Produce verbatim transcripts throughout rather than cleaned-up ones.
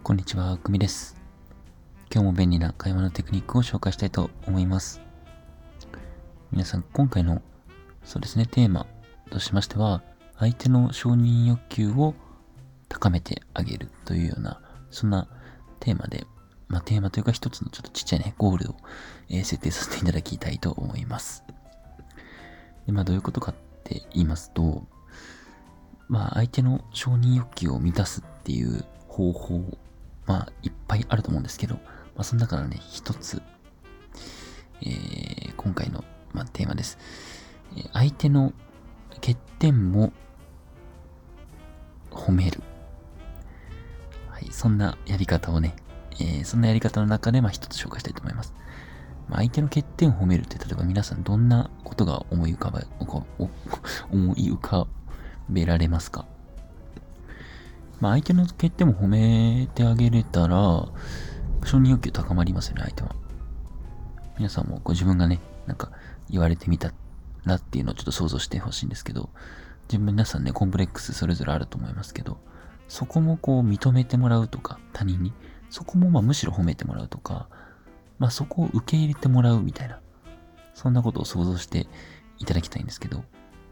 こんにちは、くみです。今日も便利な会話のテクニックを紹介したいと思います。皆さん、今回の、そうですね、テーマとしましては、相手の承認欲求を高めてあげるというような、そんなテーマで、まあテーマというか一つのちょっとちっちゃいね、ゴールを、えー設定させていただきたいと思います。で、まあどういうことかって言いますと、まあ相手の承認欲求を満たすっていう方法、まあいっぱいあると思うんですけど、まあその中のね、一つ、えー今回の、まあ、テーマです。えー相手の欠点も褒める。はい、そんなやり方をね、えーそんなやり方の中で、まあ一つ紹介したいと思います。まあ、相手の欠点を褒めるって、例えば皆さんどんなことが思い浮かべ、おこお思い浮かべられますか？まあ相手の欠点も褒めてあげれたら、承認欲求高まりますよね、相手は。皆さんもこう自分がね、なんか言われてみたらっていうのをちょっと想像してほしいんですけど、自分皆さんね、コンプレックスそれぞれあると思いますけど、そこもこう認めてもらうとか、他人に、そこもまあむしろ褒めてもらうとか、まあそこを受け入れてもらうみたいな、そんなことを想像していただきたいんですけど、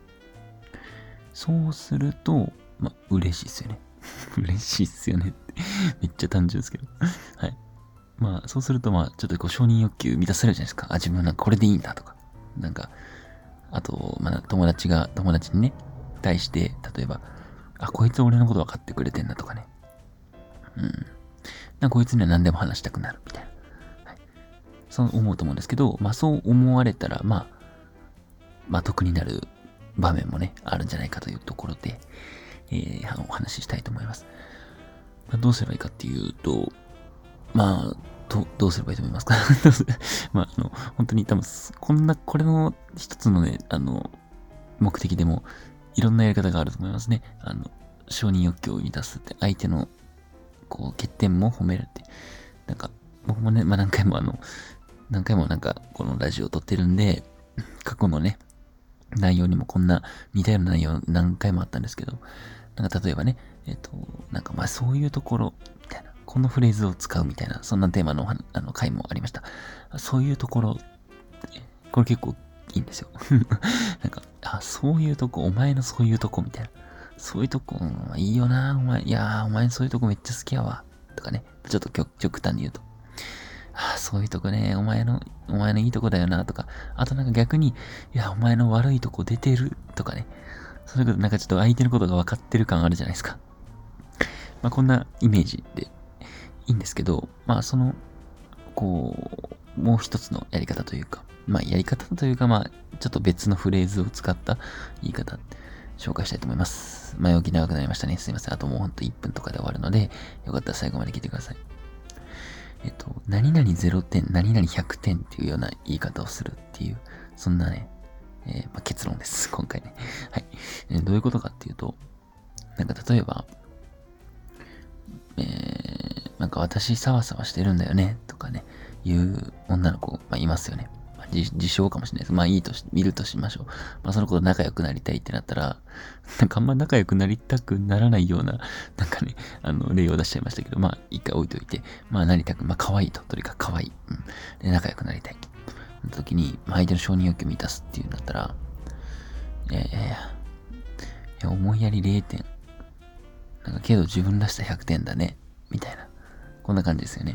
そうすると、まあ嬉しいですよね。嬉しいっすよねって。めっちゃ単純ですけど。はい。まあ、そうすると、まあ、ちょっとこう、承認欲求満たされるじゃないですか。あ、自分なんかこれでいいんだとか。なんか、あと、まあ、友達が、友達にね、対して、例えば、あ、こいつ俺のこと分かってくれてんだとかね。うん。なんかこいつには何でも話したくなるみたいな。はい。そう思うと思うんですけど、まあ、そう思われたら、まあ、まあ、得になる場面もね、あるんじゃないかというところで、えー、お話ししたいと思います。まあ、どうすればいいかっていうと、まあ、どどうすればいいと思いますか？まあ、あの、本当に多分、こんな、これの一つのね、あの、目的でも、いろんなやり方があると思いますね。あの、承認欲求を満たすって、相手の、こう、欠点も褒めるって。なんか、僕もね、まあ何回もあの、何回もなんか、このラジオを撮ってるんで、過去のね、内容にもこんな似たような内容何回もあったんですけど、なんか例えばね、えっと、なんかまあそういうところ、みたいな、このフレーズを使うみたいな、そんなテーマのあの回もありました。そういうところ、これ結構いいんですよ。なんか、あ、そういうとこ、お前のそういうとこみたいな。そういうとこ、うんいいよな、お前、いやー、お前そういうとこめっちゃ好きやわ。とかね、ちょっと極極端に言うと。あ、そういうとこね、お前の、お前のいいとこだよな、とか。あとなんか逆に、いや、お前の悪いとこ出てる、とかね。そういうこと、なんかちょっと相手のことが分かってる感あるじゃないですか。まあこんなイメージでいいんですけど、まあその、こう、もう一つのやり方というか、まあやり方というか、まあちょっと別のフレーズを使った言い方、紹介したいと思います。前置き長くなりましたね。すいません。あともうほんといっぷんとかで終わるので、よかったら最後まで聞いてください。えっと、何々ぜろてん、何々ひゃくてんっていうような言い方をするっていう、そんなね、えーまあ、結論です。今回ね。はい、えーどういうことかっていうと、なんか例えば、えー、なんか私サワサワしてるんだよね、とかね、いう女の子、まあ、いますよね。まあ、自自称かもしれないです。まあいいとし、見るとしましょう。まあその子と仲良くなりたいってなったら、なんかあんま仲良くなりたくならないような、なんかね、あの、例を出しちゃいましたけど、まあ一回置いといて、まあなりたく、まあ可愛いと、とにかく可愛い。うん。で、仲良くなりたい。の時に、まあ、相手の承認欲求を満たすっていうんだったら、えー、いや、思いやりれいてん。なんかけど自分らしさひゃくてんだね。みたいな。こんな感じですよね。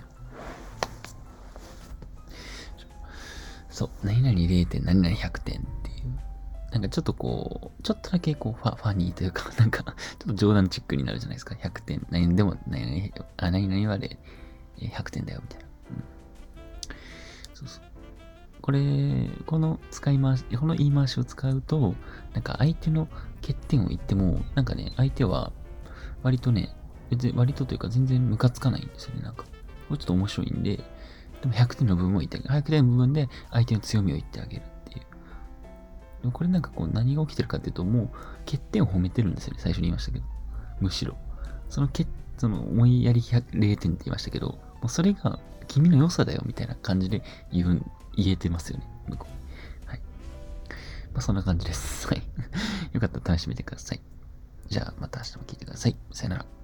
そう。何々れいてん、何々ひゃくてんっていう。なんかちょっとこう、ちょっとだけこうファ、ファニーというか、なんか、ちょっと冗談チックになるじゃないですか。ひゃくてん。何でも、何々、あ、何々はれ、ひゃくてんだよ、みたいな。うん。そうそう。これ、この使い回し、この言い回しを使うと、なんか相手の欠点を言っても、なんかね、相手は割とね、別に割とというか全然ムカつかないんですよね、なんか。これちょっと面白いんで、でもひゃくてんの部分を言ってあげる。ひゃくてんの部分で相手の強みを言ってあげるっていう。でもこれなんかこう何が起きてるかっていうと、もう欠点を褒めてるんですよね、最初に言いましたけど。むしろ。その欠、その思いやりれいてんって言いましたけど、もうそれが君の良さだよみたいな感じで言う、言えてますよね、向こう。はい。まあそんな感じです。はい。よかったら試してみてください。じゃあまた明日も聞いてください。さよなら。